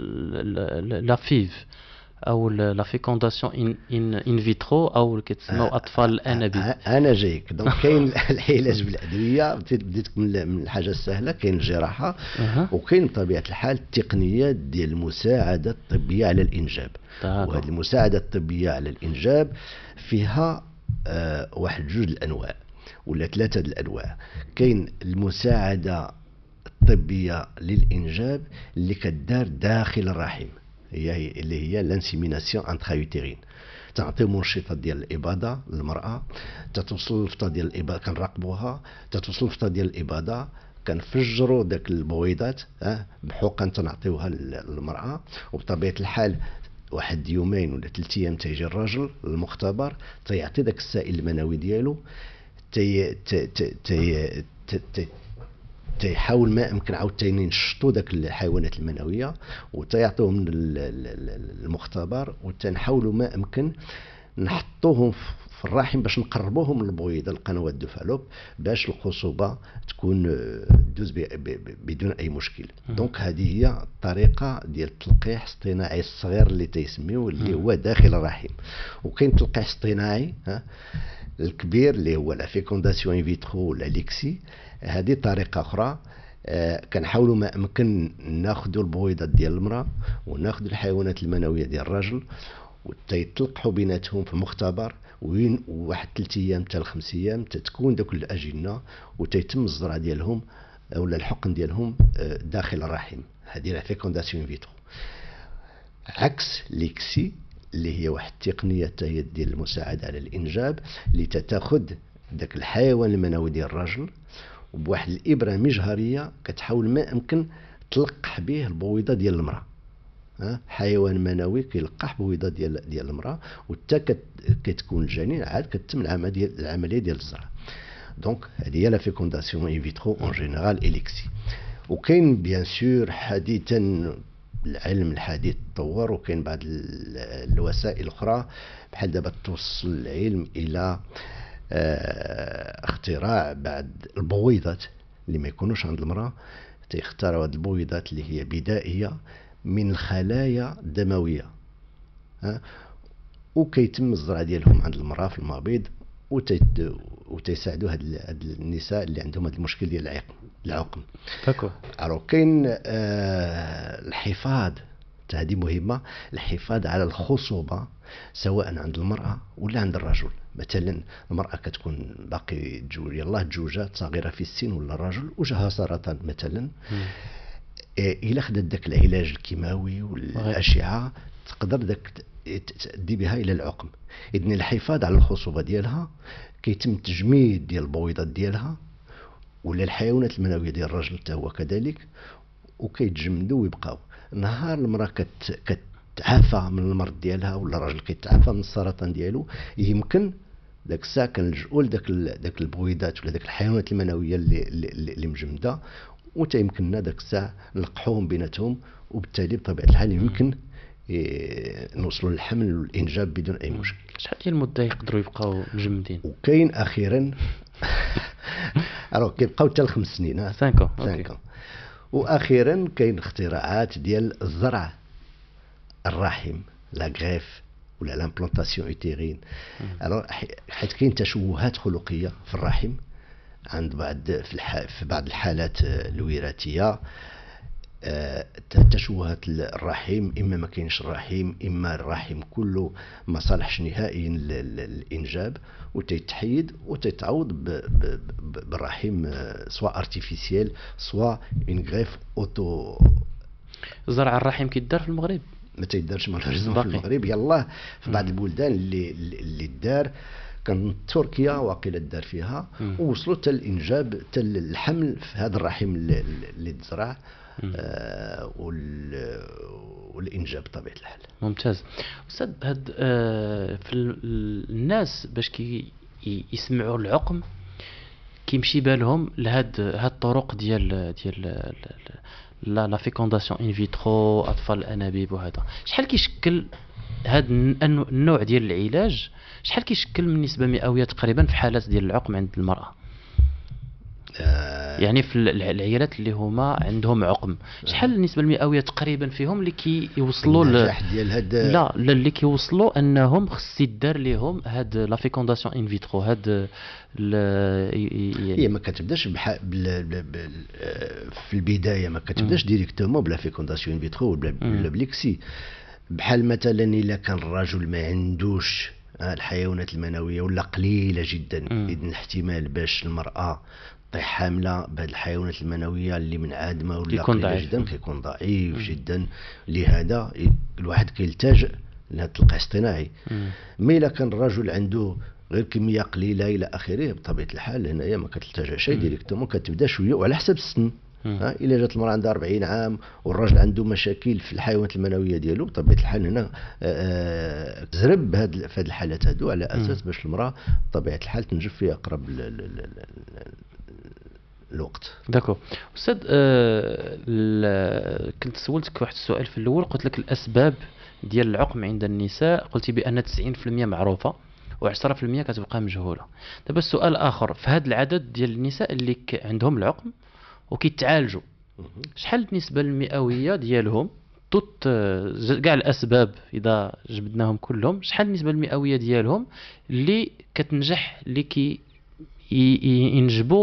ديال لا فيف او لا فيكونداسيون ان ان فيترو او كيتسموا اطفال الانابيب. انا جايك دونك كاين العلاج بالادويه، بديت من الحاجه السهله، كاين الجراحه وكاين بطبيعه الحال التقنيات ديال المساعده الطبيه على الانجاب. وهذه المساعده الطبيه على الانجاب فيها آه واحد جوج الانواع ولا ثلاثه الانواع. كاين المساعده الطبيه للانجاب اللي كدار داخل الرحم، هي اللي هي لانسيميناسيون انترايوتيرين. تعطيو منشطات ديال الاباضه للمراه، تتوصل الفتره ديال الاباضه كنراقبوها، تتوصل الفتره ديال الاباضه كنفجروا داك البويضات ها بحقن تنعطيوها للمراه. وبطبيعه الحال واحد يومين ولا ثلاث ايام تيجي الراجل للمختبر تيعطي داك السائل المنوي ديالو، تي تي تي تي تيحاول ما امكن عاوتاني نشطوا داك الحيوانات المنويه وتيعطوهم للمختبر، وتنحاولوا ما امكن نحطوهم في الرحم باش نقربوهم للبويضه القنوات دو فالوب باش الخصوبه تكون دوز بدون اي مشكل. دونك هذه هي الطريقه ديال التلقيح الاصطناعي الصغير اللي تيسميوه اللي هو داخل الرحم. وكاين تلقيح اصطناعي ها الكبير اللي هو لا فيكونداسيون ان فيترو ولا ليكسي. هذه طريقه اخرى آه كنحاولوا ما امكن ناخذوا البويضات ديال المراه وناخذوا الحيوانات المنويه ديال الرجل وتيتلقحوا بيناتهم في مختبر، وين واحد ثلاث ايام حتى لخمس ايام تتكون دوك الاجنه وتيتم الزرع ديالهم ولا الحقن ديالهم آه داخل الرحم. هذه لا فيكونداسيون ان فيترو. عكس ليكسي اللي هي واحد التقنيه هي ديال المساعده على الانجاب اللي تتاخذ داك الحيوان المنوي ديال الرجل وبواحد الابره مجهريه كتحاول ما امكن تلقح به البويضه ديال المراه. ها حيوان منوي كيلقح بويضه ديال ديال المراه وحتى كتكون الجنين عاد كتتم العمليه ديال العمليه ديال الزرع. دونك هذه هي لا فيكونداسيون ان فيترو اون جينيرال اليكسي. وكاين بيان سور حديثا العلم الحديث تطور وكاين بعض الوسائل الاخرى بحال دابا توصل العلم الى اه اختراع بعض البويضات اللي ما يكونوش عند المراه. تيختاروا هذه البويضات اللي هي بدائيه من الخلايا الدمويه ها وكيتم الزرع ديالهم عند المراه في المبيض وتيساعدوا هاد النساء اللي عندهم هذا المشكل ديال العقم العقم. داكور. الو كاين آه الحفاظ، هذه مهمه، الحفاظ على الخصوبه سواء عند المراه ولا عند الرجل. مثلا المراه كتكون باقي تجوج يلاه تجوجات صغيره في السن ولا الرجل وجهها سرطان مثلا، الا خدات داك العلاج الكيماوي والاشعه تقدر داك تؤدي بها الى العقم. اذن الحفاظ على الخصوبه ديالها كيتم تجميد ديال البويضات ديالها ولا الحيوانات المنويه ديال الرجل حتى هو كذلك، وكيتجمدوا ويبقاو. نهار المراه كت كتعافى من المرض ديالها ولا الراجل كيتعافى من السرطان ديالو، يمكن داك الساعه كنلجؤوا لداك داك البويضات ولا داك الحيوانات المنويه اللي اللي, اللي مجمده، وتيمكننا داك الساعه نلقحوهم بيناتهم، وبالتالي بطبيعه الحال يمكن نوصلوا للحمل والانجاب بدون اي مشكل. شحال ديال المده يقدروا يبقاو مجمدين؟ وكاين اخيرا راه كيبقاو حتى لخمس سنين، خمسة ans. واخيرا كاين اختراعات ديال الزرع الرحم، لا غريف ولا لامبلانتاسيون اوتيرين. الوغ حيت كاين تشوهات خلقيه في الرحم عند بعض في, الح... في بعض الحالات الوراثيه، تشوهات الرحم، اما ما كاينش الرحم، اما الرحم كله ما صالحش نهائيا للانجاب، وتيتحيد وتتعوض بالرحم سواء ارتيفيسيال سواء اون غريف اوتو. زرع الرحم كيدار في المغرب؟ ما تيدارش مالوريزمون في المغرب، يلاه في بعض البلدان اللي اللي دار، كان تركيا واقيلا دار فيها، ووصلوا حتى الانجاب حتى الحمل في هذا الرحم اللي تزرع آه والانجاب بطبيعه الحال. ممتاز استاذ. هاد آه في الناس باش كي يسمعوا العقم كيمشي بالهم لهاد هاد الطرق ديال ديال لا لا فيكونداسيون ان فيترو، اطفال الانابيب وهذا. شحال كيشكل هاد النوع ديال العلاج، شحال كيشكل من نسبه مئويه تقريبا في حالات ديال العقم عند المراه؟ آه يعني في العيالات اللي هما عندهم عقم شحال النسبه المئويه تقريبا فيهم اللي كيوصلوا النجاح ديال هاد لا اللي كيوصلوا انهم خص يدار لهم هاد لا فيكونداسيون ان فيترو؟ هاد هي ما كتبداش بح... بل... بل... بل... في البدايه ما كتبداش ديريكتومون بلا فيكونداسيون ان فيترو ولا بليكسي. بحال مثلا الا كان الرجل ما عندوش الحيوانات المنويه ولا قليله جدا، اذن الاحتمال باش المراه طيح حامله بهذه الحيوانات المنويه اللي منعدمه ولا قليله جدا كيكون ضعيف مم. جدا. لهذا الواحد كيلتجئ لهذا التلقيح الاصطناعي. مي الا كان الرجل عنده غير كميه قليله الى اخره، بطبيعه الحال هنايا ما كتلتجئ شيء ديريكتومون، كتبدا شويه وعلى حسب السن. ها الا جات المراه عندها أربعين عام والراجل عنده مشاكل في الحيوانات المنويه ديالو، بطبيعه الحال هنا تزرب بهذه في هذه الحالات هذو على اساس باش المراه بطبيعه الحال تنجب في اقرب الوقت. داكو استاذ. آه كنت سولتك واحد السؤال في الاول، قلت لك الاسباب ديال العقم عند النساء، قلتي بان تسعين بالمئة معروفه و10% كتبقى مجهوله. دابا السؤال اخر، في هذا العدد ديال النساء اللي عندهم العقم وكيتعالجوا، شحال النسبه المئويه ديالهم توت كاع الاسباب اذا جبدناهم كلهم، شحال النسبه المئويه ديالهم اللي كتنجح اللي كي ينجبوا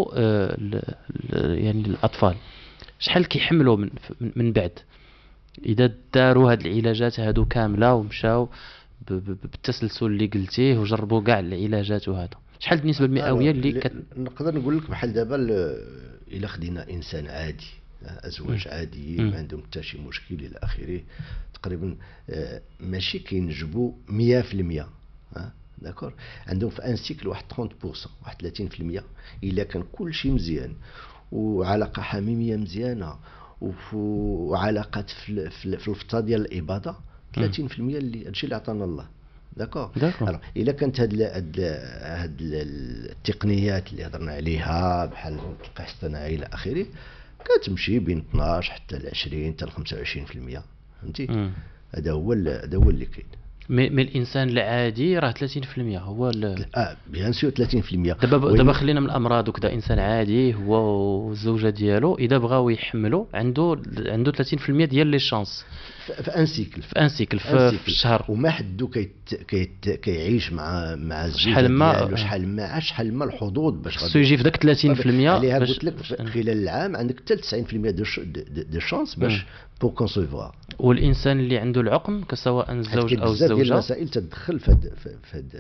يعني الاطفال؟ شحال كيحملوا من من بعد اذا داروا هاد العلاجات هادو كامله ومشاو بالتسلسل اللي قلتيه وجربوا كاع العلاجات وهذا؟ شحال النسبه المئويه اللي كت... نقدر نقول لك بحال دابا الا خدينا انسان عادي، ازواج عاديين ما عندهم حتى شي مشكل الى اخره، تقريبا ماشي كينجبوا مية في المية. داكور، عندهم في ان سيكل واحد ثلاثين بالمئة واحد ثلاثين في المية الا كان كل شيء مزيان وعلاقه حميميه مزيانه وعلاقات في في الفتره ديال الاباضه، ثلاثين في المية اللي هادشي اللي عطانا الله. داكور. الا كانت هاد هاد هاد التقنيات اللي هضرنا عليها بحال التلقيح الاصطناعي الى اخره، كتمشي بين اثناش حتى ل عشرين حتى ل خمسة وعشرين في المية. فهمتي؟ هذا هو هذا هو اللي كاين. مي مي الانسان العادي راه ثلاثين في المية هو اه بيان سور ثلاثين في المية. دابا دابا خلينا من الامراض وكذا، انسان عادي هو والزوجه ديالو اذا بغاو يحملوا عنده عنده ثلاثين في المية ديال لي شانس في ان سيكل في ان سيكل في, في الشهر، وما حدو كي كي كيعيش مع مع الزوجه شحال ما شحال ما شحال ما الحظوظ باش خصو يجي في داك ثلاثين في المية. عليها قلت لك خلال العام عندك حتى تسعين في المية دو شانس باش بو كونسيفوار. والانسان اللي عنده العقم كسواء الزوج او الزوجه، ديال المسائل تدخل في هاد في هاد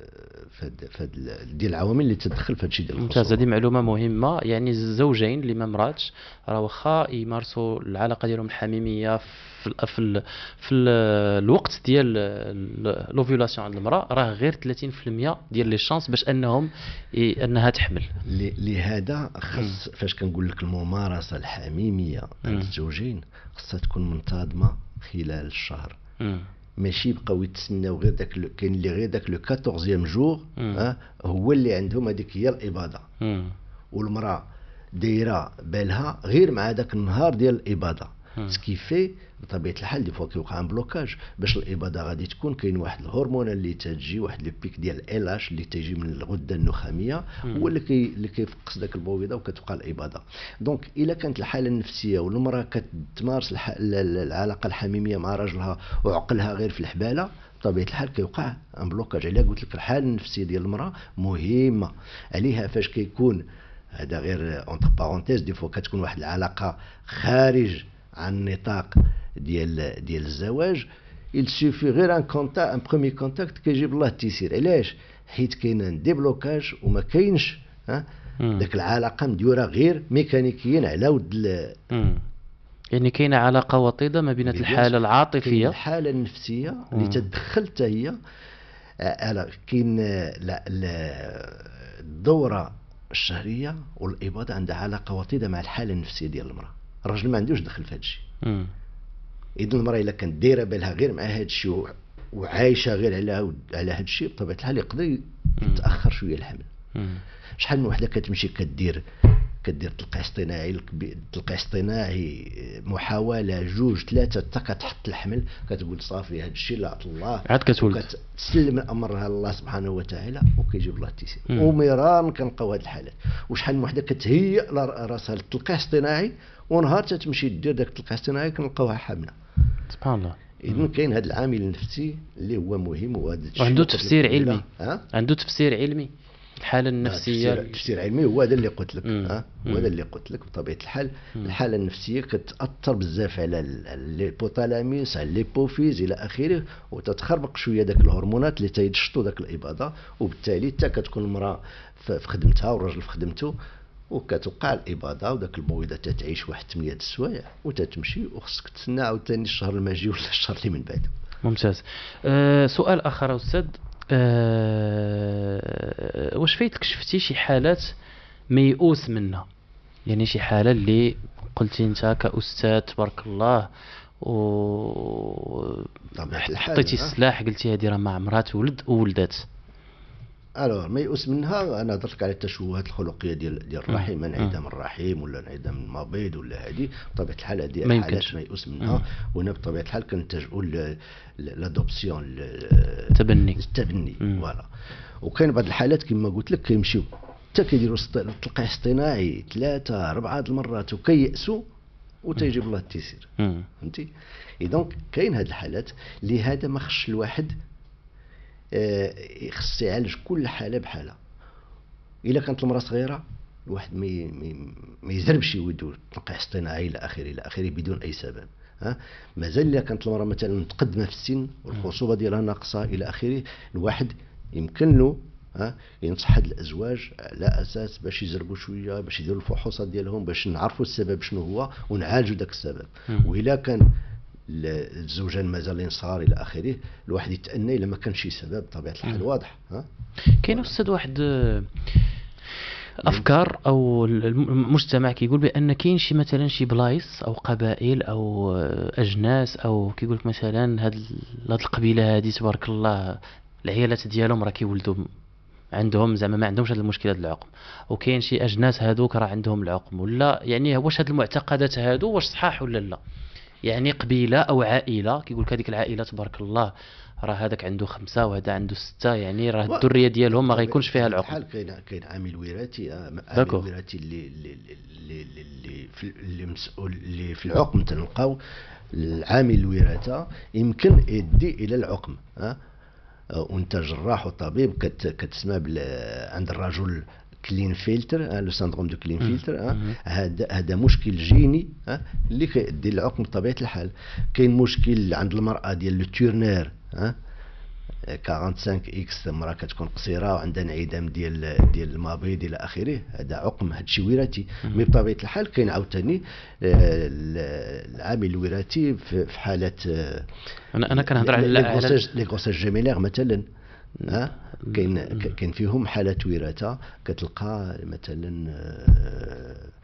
في هاد ديال العوامل اللي تدخل في هادشي ديال ممتاز. هذه معلومه مهمه، يعني الزوجين اللي ما مراتش راه واخا يمارسوا العلاقه ديالهم الحميميه في في في الوقت ديال لوفيولاسيون عند المراه، راه غير ثلاثين في المية ديال لي شانس باش انهم انها تحمل. لهذا خص فاش كنقول لك الممارسه الحميميه عند الزوجين خصها تكون منتظمه خلال الشهر مم. ماشي بقاو يتسناو غير داك ال- كاين اللي غير داك لو كاتورزيام جور مم. ها هو اللي عندهم هذيك هي الاباضه. مم. والمراه دايره بالها غير مع داك النهار ديال الاباضه. مم. سكيفي بطبيعه الحال دي فوا كيوقع ان بلوكاج باش الاباضه غادي تكون كاين واحد الهرمون اللي تجي واحد لو بيك ديال ال اش اللي تجي من الغده النخاميه مم. هو اللي كي اللي كيفقس داك البويضه وكتبقى الاباضه. دونك الا كانت الحاله النفسيه والمراه كتمارس الح... ال- ال- العلاقه الحميميه مع راجلها وعقلها غير في الحباله بطبيعه الحال كيوقع ان بلوكاج. علاه قلت لك الحاله النفسيه ديال المراه مهمه عليها فاش كيكون هذا غير اونتر بارونتيز دي فوا كتكون واحد العلاقه خارج عن النطاق ديال ديال الزواج il suffit غير ان كونتا ان بروميي كونتاكت كيجيب الله التيسير. علاش؟ حيت كاين ان ديبلوكاج وما كاينش ها مم. داك العلاقه مديوره غير ميكانيكيا على ود ال- مم. يعني كاينه علاقه وطيده ما بين بيان الحاله كاين العاطفيه. الحاله النفسيه اللي مم. تدخل حتى هي. آه، لا كاين آه، لا لا- الدوره الشهريه والاباضه عندها علاقه وطيده مع الحاله النفسيه ديال المراه. الراجل ما عندوش دخل في هذا الشيء. مم. اذا المراه الا كانت دايره بالها غير مع هذا الشيء و- وعايشه غير على على هذا الشيء بطبيعه الحال يقدر يتاخر شويه الحمل. مم. شحال من وحده كتمشي كدير كدير تلقيح اصطناعي الكبي- تلقيح اصطناعي محاوله جوج ثلاثه حتى كتحط الحمل كتقول صافي هذا الشيء لا الله عاد كتولد. وكتسلم امرها لله سبحانه وتعالى وكيجيب الله التيسير. مم. ومرارا كنلقاو هذه الحالات. وشحال من وحده كتهيئ لا- راسها للتلقيح الاصطناعي ونهار تتمشي دير داك التلقيح الاصطناعي كنلقاوها حامله. سبحان الله. اذا كاين هذا العامل النفسي اللي هو مهم وهذا الشيء وعنده اللي تفسير قلت لك علمي. ها عنده تفسير علمي الحاله النفسيه. تفسير, تفسير علمي هو هذا اللي قلت لك. مم. ها مم. هو هذا اللي قلت لك بطبيعه الحال. مم. الحاله النفسيه كتاثر بزاف على الهيبوثالاميس على ليبوفيز الى اخره وتتخربق شويه داك الهرمونات اللي تينشطوا داك الاباضه وبالتالي حتى كتكون المراه في في خدمتها والراجل في خدمته وكتوقع الاباضه وداك البويضه تتعيش واحد ثمانية السوايع وتتمشي وخصك تسنى عاوتاني الشهر الماجي ولا الشهر اللي من بعده. ممتاز. أه سؤال اخر استاذ. أه واش فايتك شفتي شي حالات ميؤوس منها؟ يعني شي حاله اللي قلتي انت كاستاذ تبارك الله و طبيعة الحال، حطيتي ها؟ السلاح قلتي هذه راه ما عمرها تولد وولدات. الوغ ما يؤس منها. انا هضرت لك على التشوهات الخلقيه ديال ديال الرحم، انعدام الرحم ولا انعدام المبيض ولا هذه بطبيعه الحال هذه ما حالات يمكنش. ما يؤس منها. مم. وهنا بطبيعه الحال كنتجهوا لادوبسيون تبني. التبني مم. فوالا. وكاين بعض الحالات كما قلت لك كيمشيو حتى كيديروا است- التلقيح الاصطناعي ثلاثه اربعه د المرات وكيأسوا وتيجيب الله التيسير. مم. فهمتي؟ اذا كاين هاد الحالات لهذا ما خصش الواحد آه، خص يعالج كل حاله بحالها. الا كانت المراه صغيره الواحد ما ي- ما ي- ما يزربش يدو تلقيح اصطناعي الى اخره الى اخره بدون اي سبب. ها مازال الا كانت المراه مثلا متقدمه في السن والخصوبه ديالها ناقصه الى اخره الواحد يمكن له ها ينصح هاد الازواج على اساس باش يزربوا شويه باش يديروا الفحوصات ديالهم باش نعرفوا السبب شنو هو ونعالجوا داك السبب. مم. والا كان ال- الزوجان مازالين صغار الى اخره الواحد يتأنى الا ما كان شي سبب بطبيعه الحال مم. واضح. ها كاين استاذ واحد آه، افكار او الم- المجتمع كيقول بان كاين شي مثلا شي بلايص او قبائل او آه، اجناس او كيقول لك مثلا هاد ال- هاد القبيله هادي تبارك الله العيالات ديالهم راه كيولدوا م- عندهم زعما ما عندهمش هاد المشكله ديال العقم. وكاين شي اجناس هادوك راه عندهم العقم ولا يعني واش هاد المعتقدات هادو واش صحاح ولا لا؟ يعني قبيله او عائله كيقول لك هذيك العائله تبارك الله راه هذاك عنده خمسه وهذا عنده سته يعني راه الذريه ديالهم ما غيكونش فيها العقم. الحال كاين كاين عامل وراثي. آه، عامل داكور. وراثي اللي اللي اللي اللي في اللي مسؤول اللي في العقم تلقاو العامل الوراثه يمكن يدي الى العقم. ها آه، وانت جراح وطبيب كت كتسمى بال- عند الرجل كلين فيلتر لو ساندروم دو كلين مم. فيلتر. مم. هذا هذا مشكل جيني ها اللي كيدي العقم بطبيعه الحال. كاين مشكل عند المراه ديال لو تورنير ها خمسة وأربعين اكس المراه كتكون قصيره وعندها انعدام ديال ديال المبيض الى اخره هذا عقم هادشي وراثي. مم. مي بطبيعه الحال كاين عاوتاني آه، العامل الوراثي في في حاله آه، انا انا كنهضر على لي على غوساج لي غوساج جيميلير مثلا. ها كاين مم. ك- كاين فيهم حالات وراثه كتلقى مثلا آه،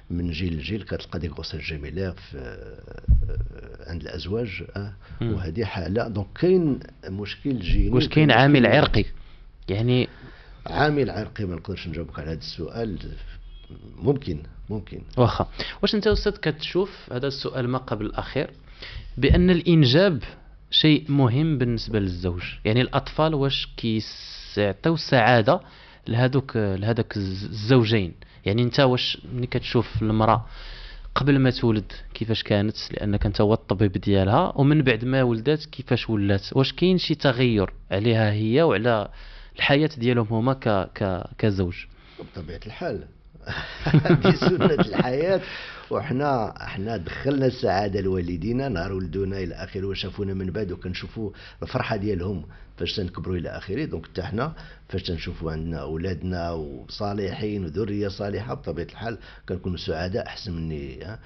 من جيل لجيل كتلقى ديك غوسات جميله في آه، عند الازواج آه، مم. وهذه حاله. دونك كاين مشكل جيني، واش كاين وكاين عامل مشكل عرقي يعني؟ عامل عرقي ما نقدرش نجاوبك على هذا السؤال. ممكن ممكن واخا. واش انت استاذ كتشوف هذا السؤال ما قبل الاخير بان الانجاب شيء مهم بالنسبه للزوج؟ يعني الاطفال واش كيعطيو السعاده لهذوك لهذاك الزوجين؟ يعني انت واش ملي كتشوف المراه قبل ما تولد كيفاش كانت، لانك انت هو الطبيب ديالها، ومن بعد ما ولدت كيفاش ولات، واش كاين شي تغير عليها هي وعلى الحياه ديالهم هما ك ك كزوج؟ بطبيعة الحال هذه سنة الحياة. وحنا احنا دخلنا السعادة لوالدينا نهار ولدونا إلى آخره، وشافونا من بعد وكنشوفوا الفرحة ديالهم فاش تنكبروا إلى آخره. دونك حتى حنا فاش تنشوفوا عندنا أولادنا وصالحين وذرية صالحة بطبيعة الحال كنكونوا سعداء أحسن مني ها.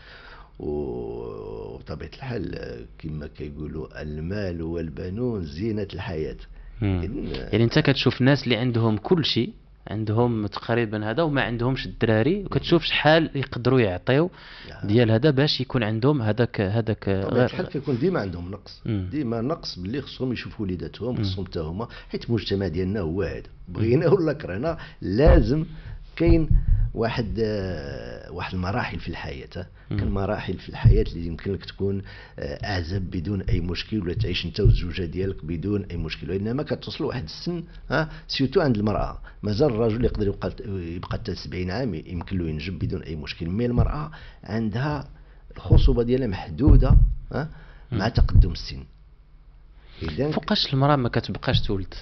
وبطبيعة الحال كما كيقولوا المال والبنون زينة الحياة. مم. يعني انت كتشوف ناس اللي عندهم كل شيء، عندهم تقريبا هذا وما عندهمش الدراري، وكتشوف شحال يقدروا يعطيو ديال هذا باش يكون عندهم هذاك هذاك طبيعة الحال غير. كيكون ديما عندهم نقص، مم. ديما نقص باللي خصهم يشوفوا وليداتهم، مم. خصهم حتى هما، حيت المجتمع ديالنا هو هذا، بغينا ولا كرهنا لازم كاين واحد آه، واحد المراحل في الحياة. آه. مم. كاين مراحل في الحياة اللي يمكن لك تكون آه، أعزب بدون أي مشكل، ولا تعيش أنت والزوجة ديالك بدون أي مشكل. وإنما كتوصل واحد السن ها سيرتو عند المرأة، مازال الرجل يقدر يبقى يبقى حتى سبعين عام يمكن له ينجب بدون أي مشكل، مي المرأة عندها الخصوبة ديالها محدودة ها مع تقدم السن. إذن فوقاش المرأة ما كتبقاش تولد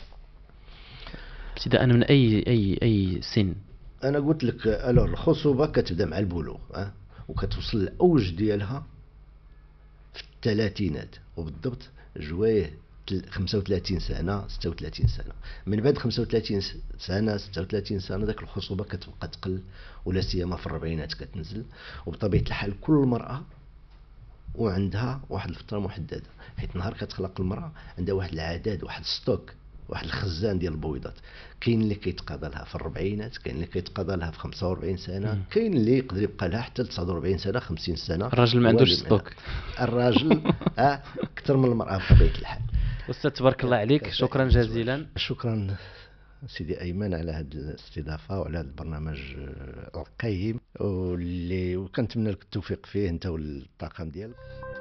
ابتداء من اي اي اي سن؟ انا قلت لك الو الخصوبه كتبدا مع البلوغ أه؟ وكتوصل الاوج ديالها في الثلاثينات، وبالضبط جوايه خمسة وثلاثين سنه ستة وثلاثين سنه. من بعد خمسة وثلاثين سنه ستة وثلاثين سنه ذاك الخصوبه كتبقى تقل، ولا سيما في الربعينات كتنزل. وبطبيعه الحال كل مراه وعندها واحد الفتره محدده، حيت نهار كتخلق المراه عندها واحد العدد، واحد ستوك، واحد الخزان ديال البويضات. كاين اللي كيتقاضى لها في الربعينات، كاين اللي كيتقاضى لها في خمسة وأربعين سنه، كاين اللي يقدر يبقى لها حتى ل تسعة وأربعين سنه خمسين سنه. الراجل ما عندوش ستوك. الراجل اه اكثر من المراه بطبيعه الحال. استاذ تبارك الله عليك، شكرا جزيلا. شكرا سيدي ايمن على هذه الاستضافه وعلى هذا البرنامج القيم، واللي وكنتمنى لك التوفيق فيه انت والطاقم ديالك.